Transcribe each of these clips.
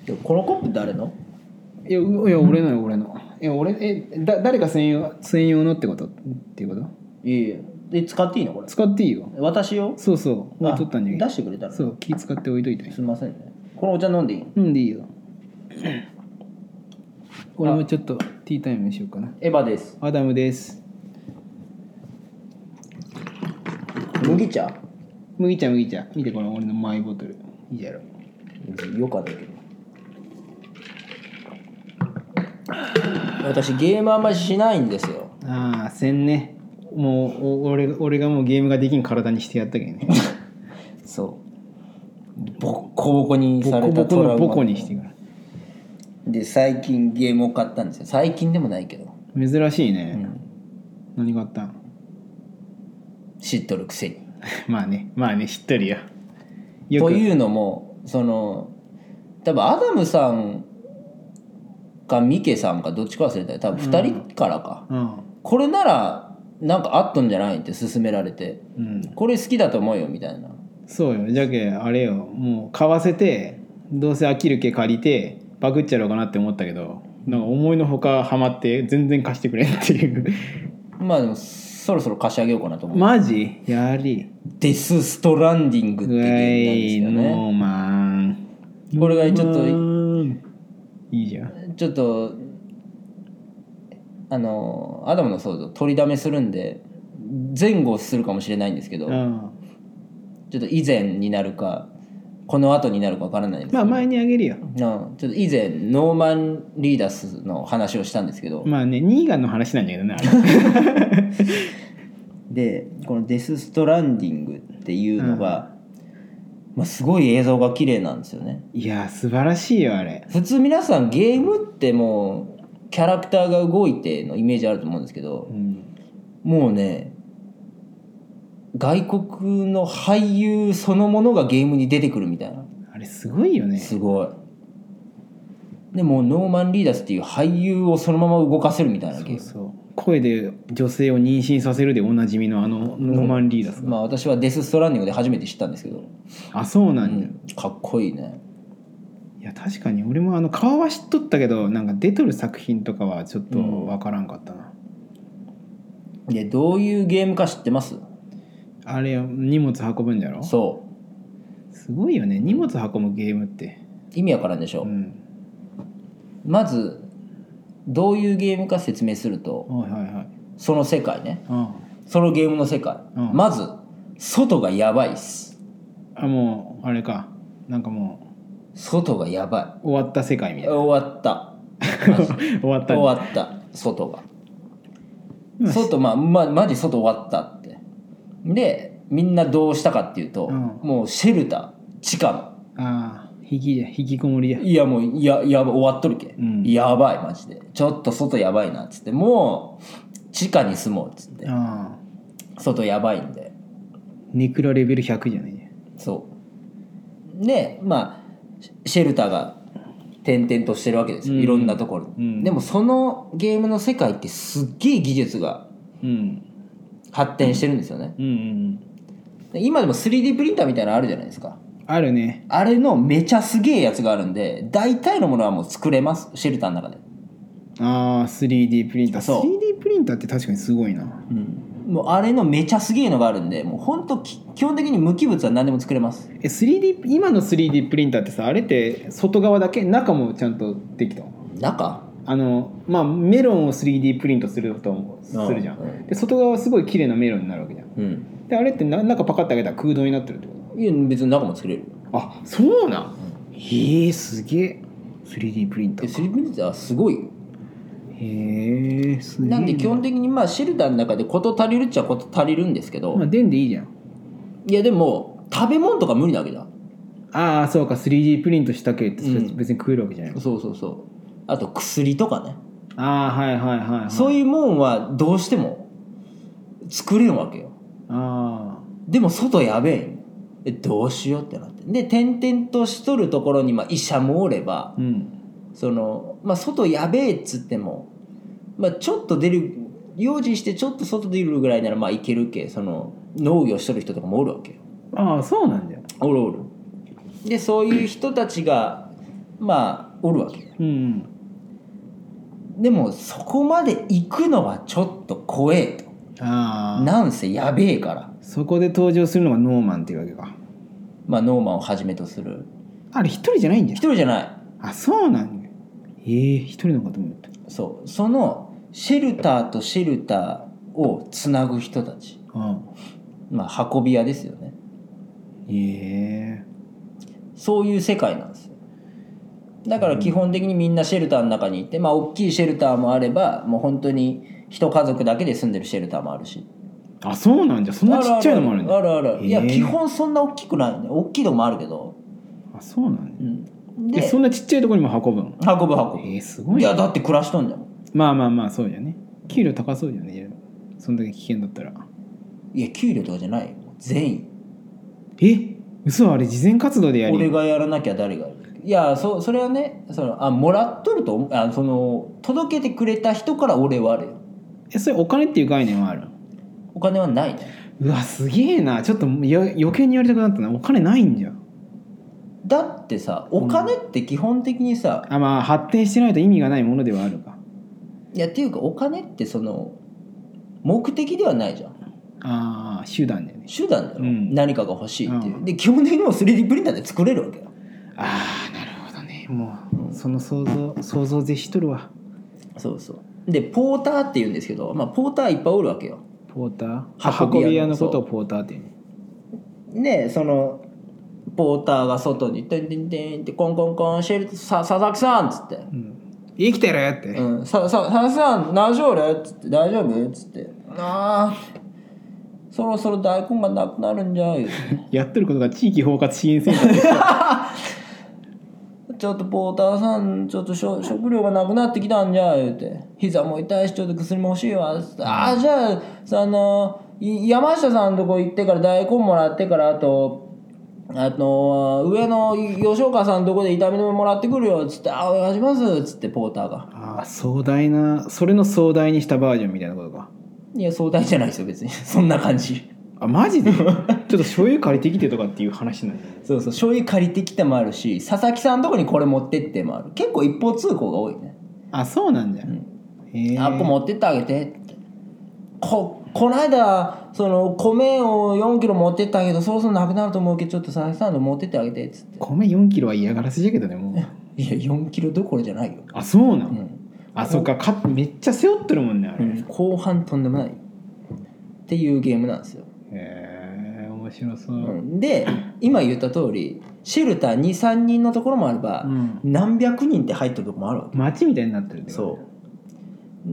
でこのコップ誰の？ いや俺のよ俺の。いや俺誰か専用のってことっていうこと？ いやいやで使っていいのこれ？ 使っていいよ。 私よ。 そうそう置いとったんじゃけど。 出してくれたら。 そう気使って置いといた。 すみませんね。このお茶飲んでいい？ でいいよ。俺もちょっとティータイムにしようかな。 エヴァです。 アダムです。 麦茶？ 麦茶見てこの俺のマイボトルいいやろ。 よかったけど私ゲームあんまりしないんですよ。 ああせんね。もう俺がもうゲームができん体にしてやったけどね。 そうボコボコにされたトラウマ。 ボコにしてからで最近ゲームを買ったんですよ。最近でもないけど珍しいね、何があったん？ 知っとるくせにまあね知っとるよ。 というのもその多分アダムさんかミケさんかどっちか忘れたよ。多分2人からか、これならなんかあっとんじゃないって勧められて、これ好きだと思うよみたいな。 そうよ。じゃけあれよもう買わせてどうせ飽きるけ借りてパクっちゃろうかなって思ったけどなんか思いのほかハマって全然貸してくれんっていうまあでもそろそろ貸し上げようかなと思う。 マジやりデスストランディングってゲームなんですよね。 ノーマンこれがちょっといいじゃん。 ちょっとアダムの想像取りだめするんで前後するかもしれないんですけど、ちょっと以前になるかこの後になるか分からないんですけど、 前にあげるよ。 ちょっと以前ノーマン・リーダスの話をしたんですけど、 ニーガンの話なんだけどねあれでこのデスストランディングっていうのが、すごい映像が綺麗なんですよね。 いや素晴らしいよあれ。 普通皆さんゲームってもうキャラクターが動いてのイメージあると思うんですけど、もうね外国の俳優そのものがゲームに出てくるみたいな。 あれすごいよね。 すごい。でもノーマン・リーダスっていう俳優をそのまま動かせるみたいなゲーム。 そう声で女性を妊娠させるでおなじみのノーマン・リーダスが、 私はデス・ストランディングで初めて知ったんですけど。 あそうなんだ、 かっこいいね。 いや確かに俺も顔は知っとったけどなんか出とる作品とかはちょっと分からんかったな、 でどういうゲームか知ってます？ あれ荷物運ぶんじゃろ。 そうすごいよね荷物運ぶゲームって意味わからんでしょ、まずどういうゲームか説明すると、その世界ね、そのゲームの世界、まず外がやばいっす。 もうあれかなんかもう外がやばい終わった世界みたいな。 終わった終わった外が外マジ外終わったって。でみんなどうしたかっていうと、もうシェルター地下の引きこもりや。 いやもうやば終わっとるけ、やばいマジでちょっと外やばいなっつってもう地下に住もうっつって、外やばいんでネクラレベル100じゃないね。 そうでシェルターが点々としてるわけですよ、いろんなところ、でもそのゲームの世界ってすっげえ技術が発展してるんですよね、今でも 3D プリンターみたいなのあるじゃないですか。 あるね。 あれのめちゃすげえやつがあるんで大体のものはもう作れます、シェルターの中で。 3D プリンター。 そう 3D プリンターって確かにすごいな、 もうあれのめちゃすげえのがあるんでもうほんと基本的に無機物は何でも作れます。 今の 3D プリンターってさあれって外側だけ中もちゃんとできたの？ 中メロンを 3D プリントするとするじゃん、で外側はすごい綺麗なメロンになるわけじゃん、であれって中パカッと開けたら空洞になってるってこと？ いや別に中も作れる。 あそうなん、すげえ 3D プリンター。 3D プリンターはすごいよ。 すげえ。 なんで基本的にシェルターの中で事足りるっちゃ事足りるんですけど、 でんでいいじゃん。 いやでも食べ物とか無理なわけだ。 そうか 3D プリントしたけって別に食えるわけじゃない、 そうあと薬とかね、そういうもんはどうしても作れんわけよ。でも外やべえどうしようってなってで点々としとるところに医者もおれば、外やべえっつっても、ちょっと出る用心してちょっと外出るぐらいならいけるけ、その農業しとる人とかもおるわけよ。 そうなんだよ。 おるでそういう人たちがまあおるわけ、 うん、 でもそこまで行くのはちょっと怖えと。なんせやべえから。 そこで登場するのがノーマンっていうわけか。 まあノーマンをはじめとする。 あれ一人じゃないんじゃん。 一人じゃない。 あ、そうなんだ。一人のかと思った。 そう、そのシェルターとシェルターをつなぐ人たち、まあ運び屋ですよね。そういう世界なんですよ。だから基本的にみんなシェルターの中にいて、まあ大きいシェルターもあれば、もう本当に一家族だけで住んでるシェルターもあるし。 あ、そうなんじゃ。そんなちっちゃいのもあるんだ。 あるある。いや基本そんな大きくないね。大きいのもあるけど。 あ、そうなんだ。でそんなちっちゃいところにも運ぶの？ 運ぶ。 すごい。 いやだって暮らしとんじゃん。 まあそうじゃね。給料高そうじゃね。そんだけ危険だったら。 いや給料とかじゃないよ。善意。嘘、あれ慈善活動でやり。 俺がやらなきゃ誰がやる。いやそれはね、もらっとると届けてくれた人から俺はあるよ。 それお金っていう概念はある？ お金はないね。 うわすげえな。ちょっと余計にやりたくなったな。お金ないんじゃ。 だってさ、お金って基本的にさ、 まあ発展してないと意味がないものではあるか。 いやっていうかお金って目的ではないじゃん。 手段だよね。 手段だよ、何かが欲しいっていう。で基本的にも 3D プリンターで作れるわけよ。 なるほどね。もう、その想像絶しとるわ。 そうでポーターって言うんですけど、まあ、ポーターいっぱいおるわけよ。 ポーター？運び屋のことをポーターって言うね。でそのポーターが外にテンテンテンってコンコンコンシェル佐々木さんっつって、 生きてるって、 佐々木さん大丈夫っつって、大丈夫っつって、そろそろ大根がなくなるんじゃやってることが地域包括支援センターですちょっとポーターさんちょっと食料がなくなってきたんじゃ言うて、膝も痛いしちょっと薬も欲しいわっつって、じゃあ山下さんのとこ行ってから大根もらってから、あと上の吉岡さんのとこで痛み止めもらってくるよっつって、お願いしますっつってポーターが。 壮大な、それの壮大にしたバージョンみたいなことか。 いや壮大じゃないですよ別にそんな感じ。 マジでちょっと醤油借りてきてとかっていう話なんだよね。 そう醤油借りてきてもあるし、佐々木さんのとこにこれ持ってってもある。結構一方通行が多いね。 そうなんじゃ。 ここ持ってってあげてって。この間米を4キロ持ってってあげどそろそろなくなると思うけど、ちょっと佐々木さんの持ってってあげてっつって。 米4キロは嫌がらせじゃけどね。もういや4キロどころじゃないよ。 そうなの、そっか、めっちゃ背負ってるもんねあれ、 後半とんでもないっていうゲームなんですよ。 面白そう、 で今言った通りシェルター 2,3 人のところもあれば、何百人って入ってるところもあるわけ。 街みたいになってるってこと。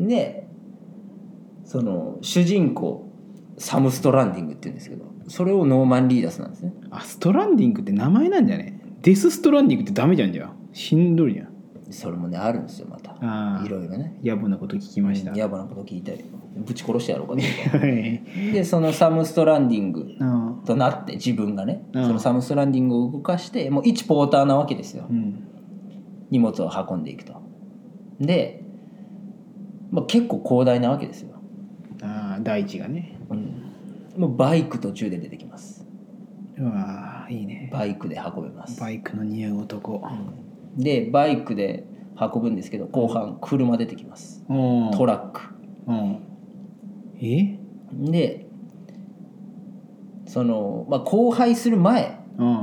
で主人公サム・ストランディングって言うんですけど、それをノーマン・リーダスなんですね。 ストランディングって名前なんじゃね。デス・ストランディングってダメじゃん。じゃしんどいじゃん。 それもねあるんですよまた。いろいろね。 野暮なこと聞きました。 野暮なこと聞いてぶち殺してやろうかとでそのサム・ストランディングとなって自分がね、そのサム・ストランディングを動かしてもう一ポーターなわけですよ、荷物を運んでいくと。で、結構広大なわけですよ。 大地がね、 もうバイク途中で出てきます。 うわいいね。 バイクで運べます。 バイクの似合う男、 でバイクで運ぶんですけど、後半車出てきます、トラック、で荒廃する前、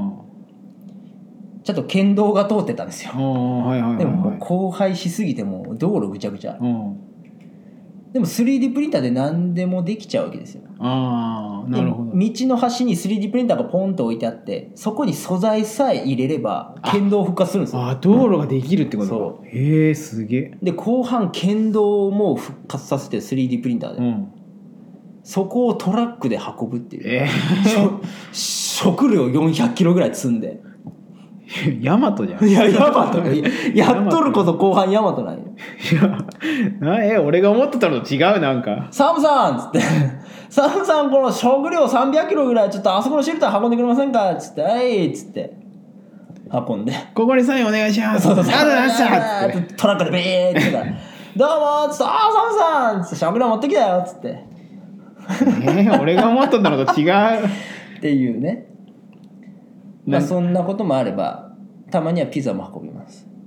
ちょっと県道が通ってたんですよ。でも荒廃しすぎてもう道路ぐちゃぐちゃ、でも 3D プリンターで何でもできちゃうわけですよ。 なるほど。 道の端に 3D プリンターがポンと置いてあって、そこに素材さえ入れれば県道を復活するんですよ。 道路ができるってことか。すげえ。 で後半県道も復活させて 3D プリンターで、そこをトラックで運ぶっていう、食料400キロぐらい積んでヤマトじゃん。 いやヤマトやっとること後半ヤマトなんよ。 俺が思ってたのと違う。なんかサムさんっつってサムさんこの食料300キロぐらいちょっとあそこのシェルター運んでくれませんかっつって、っつって運んで、 ここにサインお願いします。トラックでビーってどうもっつって、サムさんっつって食料持ってきたよっつって、 俺が思ってたのと違うっていうね。そんなこともあればたまにはピザも運びます。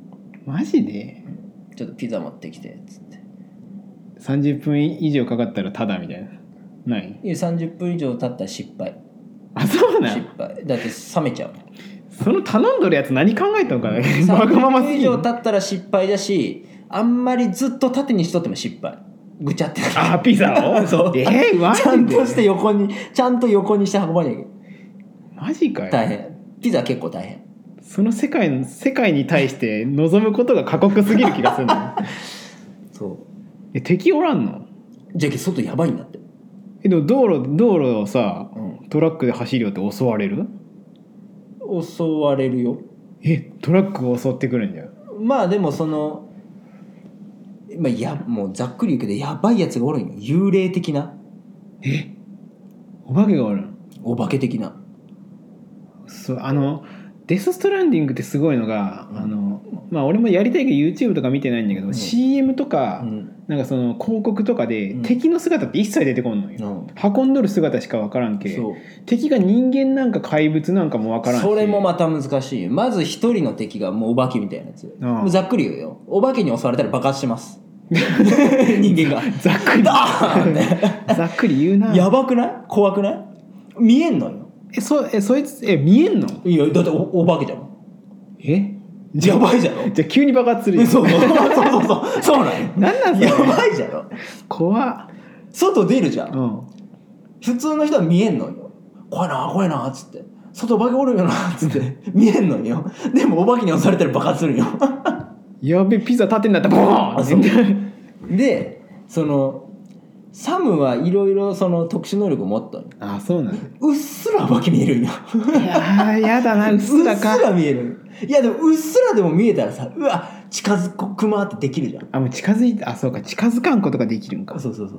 マジでちょっとピザ持ってきてっつって 30分以上かかったらタダみたいなない？ いや30分以上経ったら失敗。 あ、そうなん？ 失敗だって冷めちゃう。 その頼んどるやつ何考えたのかなわがまますぎる。30分以上る。 経ったら失敗だし、あんまりずっと縦にしとっても失敗。ぐちゃってあ、ピザをそうマジでちゃんとして横にちゃんと横にして運ばなきゃいけない。 マジかよ。 大変。ピザ結構大変。 その世界に対して望むことが過酷すぎる気がするのそう敵おらんの？ じゃあ外やばいんだって。 でも道路をさ、トラックで走るよって襲われる？ 襲われるよ。 トラックが襲ってくるんじゃん。 まあでももうざっくり言うけどやばいやつがおるんよ。幽霊的な。 お化けがおる？ お化け的な。 そうデスストランディングってすごいのが、俺もやりたいけど YouTube とか見てないんだけど、CM とか、なんかその広告とかで、敵の姿って一切出てこんのよ、運んどる姿しか分からんけ。敵が人間なんか怪物なんかも分からんし。 それもまた難しい。まず一人の敵がもうお化けみたいなやつ。ざっくり言うよ。お化けに襲われたら爆発します人間がざっくりざっくり言うな。 やばくない？怖くない？見えんのよ。 そいつ見えんの？ いやだって お化けじゃん。やばいじゃろ。 じゃあ急に爆発するよ。 そうなんよ。 なんそれ。 やばいじゃろ。 怖っ。 外出るじゃん、普通の人は見えんのよ。怖いなっつって外お化けおるよなっつって見えんのよ。でもお化けに襲われたら爆発するよやべ、ピザ縦になったボーンってでサムはいろいろ特殊能力を持ったの。 あ、そうなの。 うっすらお化け見えるんよ。 やだな、うっすらか。 うっすら見える。いやでもうっすらでも見えたらさ、うわ近づくまってできるじゃん。 もう近づいて、そうか、近づかんことができるんか。 そうそ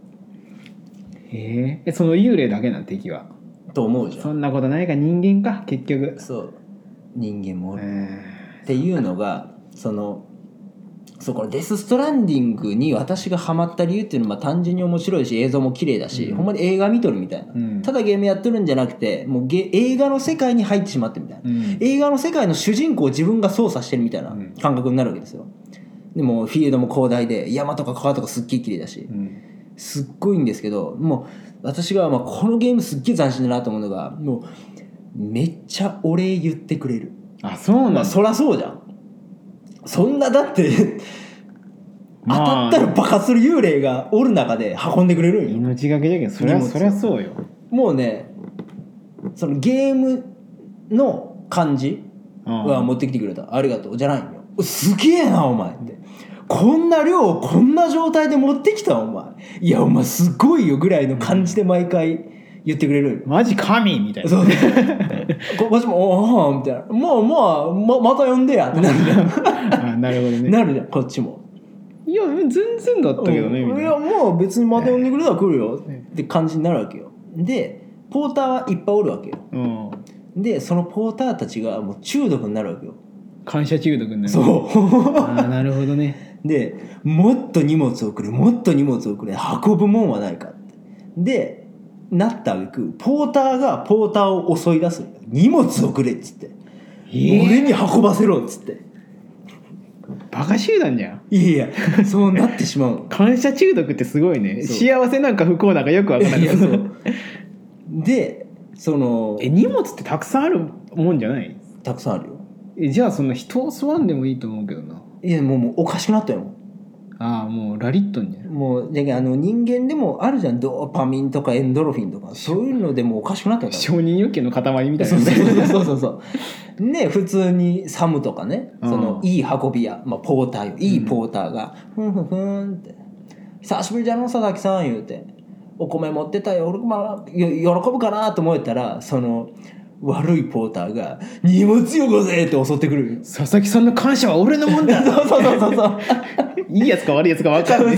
の幽霊だけなん敵はと思うじゃん。 そんなことないか、人間か結局。 そう人間もおる、っていうのがこのデスストランディングに私がハマった理由っていうのは単純に面白いし映像も綺麗だし、ほんまに映画見とるみたいな、ただゲームやってるんじゃなくてもう映画の世界に入ってしまってみたいな、映画の世界の主人公を自分が操作してるみたいな感覚になるわけですよ。でもフィールドも広大で山とか川とかすっげえ綺麗だし、すっごいんですけど、もう私がこのゲームすっげえ斬新だなと思うのが、もうめっちゃお礼言ってくれる。 あ、そうなん。 そりゃそうじゃん。そんなだって当たったら爆発する幽霊がおる中で運んでくれるんよ。 命がけじゃけん。そりゃそうよ。 もうねゲームの感じは持ってきてくれた、ありがとうじゃないんよ。すげえなお前って、こんな量をこんな状態で持ってきたお前、いやお前すごいよぐらいの感じで毎回言ってくれる。 マジ神みたいな。 そう私もおーみたいな、また呼んでやってなるじゃんなるほどね。 なるじゃんこっちも。 いや全然だったけどね、みたいな。 いやもう別にまた呼んでくれたら来るよって感じになるわけよ。でポーターはいっぱいおるわけよ、でそのポーターたちがもう中毒になるわけよ。 感謝中毒になる。 そうなるほどね。 でもっと荷物をくれ運ぶもんはないかってでなった挙句ポーターがポーターを襲い出す。荷物をくれっつって、俺に運ばせろっつって。 バカ集団じゃん。 いやそうなってしまう。 感謝中毒ってすごいね。幸せなんか不幸なんかよくわからない。 で荷物ってたくさんあるもんじゃない？ たくさんあるよ。 じゃあそんな人を襲わんでもいいと思うけどな。 いやもうおかしくなったよ。 もうラリットンじゃん。 もう人間でもあるじゃん、ドーパミンとかエンドロフィンとか、そういうのでもおかしくなったよ。 承認欲求の塊みたいな。 そうね、普通にサムとかね、いい運び屋、ポーターよ、いいポーターがふんって久しぶりじゃの佐々木さん言うてお米持ってたよ、俺喜ぶかなと思ったら悪いポーターが荷物よこせって襲ってくる。 佐々木さんの感謝は俺のもんだ。そういいやつか悪いやつか分かんない。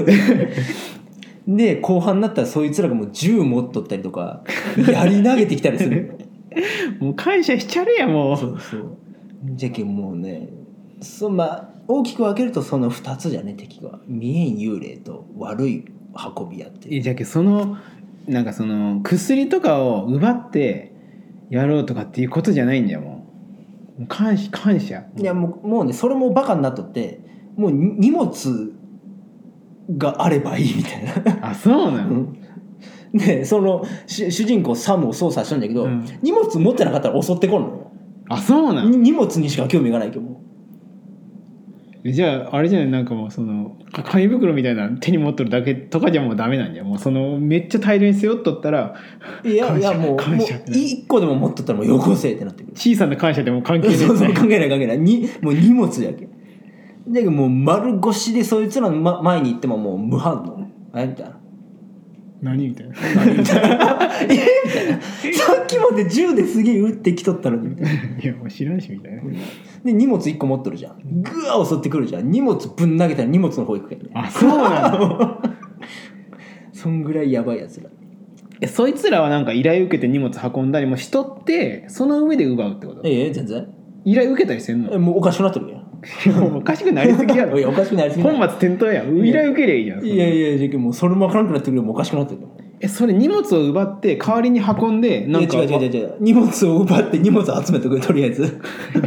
で後半になったらそいつらがもう銃持っとったりとかやり投げてきたりする。 もう感謝しちゃるやんもう。 そうじゃけんもうね大きく分けるとその2つじゃね、敵が見えん幽霊と悪い運び屋っていう。 じゃけなんか薬とかを奪ってやろうとかっていうことじゃないんじゃも感謝。 いやもうねそれもバカになっとってもう荷物があればいいみたいなあそうなの、 でその主人公サムを操作したんだけど、荷物持ってなかったら襲ってこんのよ。 あそうなの。 荷物にしか興味がないけどもじゃああれじゃないなんかもうその紙袋みたいな手に持っとるだけとかじゃもうダメなんじゃもうそのめっちゃ大量に背負っとったらいやもう1個でも持っとったらもうよこせってなってくる。 小さな感謝でも関係ない。 そう関係ないもう荷物だけだけどもう丸腰でそいつらの、前に行ってももう無反応みたいな何みたいなみたいなさっきまで銃ですげえ撃ってきとったのにみたいな。 いやもう知らんしみたいな。 で荷物1個持っとるじゃん。グワー襲ってくるじゃん。荷物ぶん投げたら荷物の方行くけどね。 あそうなのそんぐらいやばいやつら。 そいつらはなんか依頼受けて荷物運んだりもしとってその上で奪うってこと？ 全然依頼受けたりせんの？ もうおかしくなってるやん。 おかしくなりすぎやろ。 いやおかしくなりすぎ本末転倒やん。依頼受けりゃいいやん。 いやもうそれも分からなくなってくるよ。もうおかしくなってるよ。 それ荷物を奪って代わりに運んでなんか違う荷物を奪って荷物を集めてくれとりあえず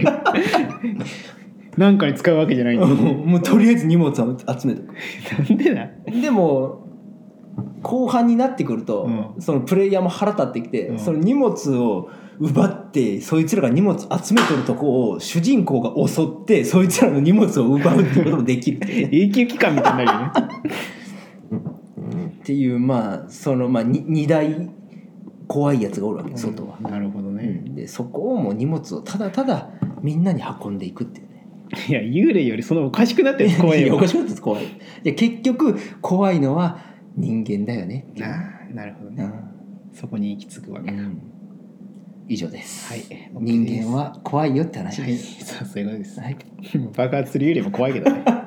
なんかに使うわけじゃないんだもうとりあえず荷物を集めてくなんでだ。 でも後半になってくると、そのプレイヤーも腹立ってきて、その荷物を奪ってそいつらが荷物集めてるとこを主人公が襲ってそいつらの荷物を奪うっていうこともできる永久期間みたいになるよねっていうその2大怖いやつがおるわけ外は。 なるほどね。 でそこをもう荷物をただただみんなに運んでいくっていうね。 いや幽霊よりそのおかしくなってる怖いよ。 おかしくなってる怖い。で結局怖いのは人間だよね。 なるほどね。そこに行き着くわけだ。 以上です。 はい。 人間は怖いよって話です。 はい、そういうことです。 はい。 爆発する幽霊も怖いけどね。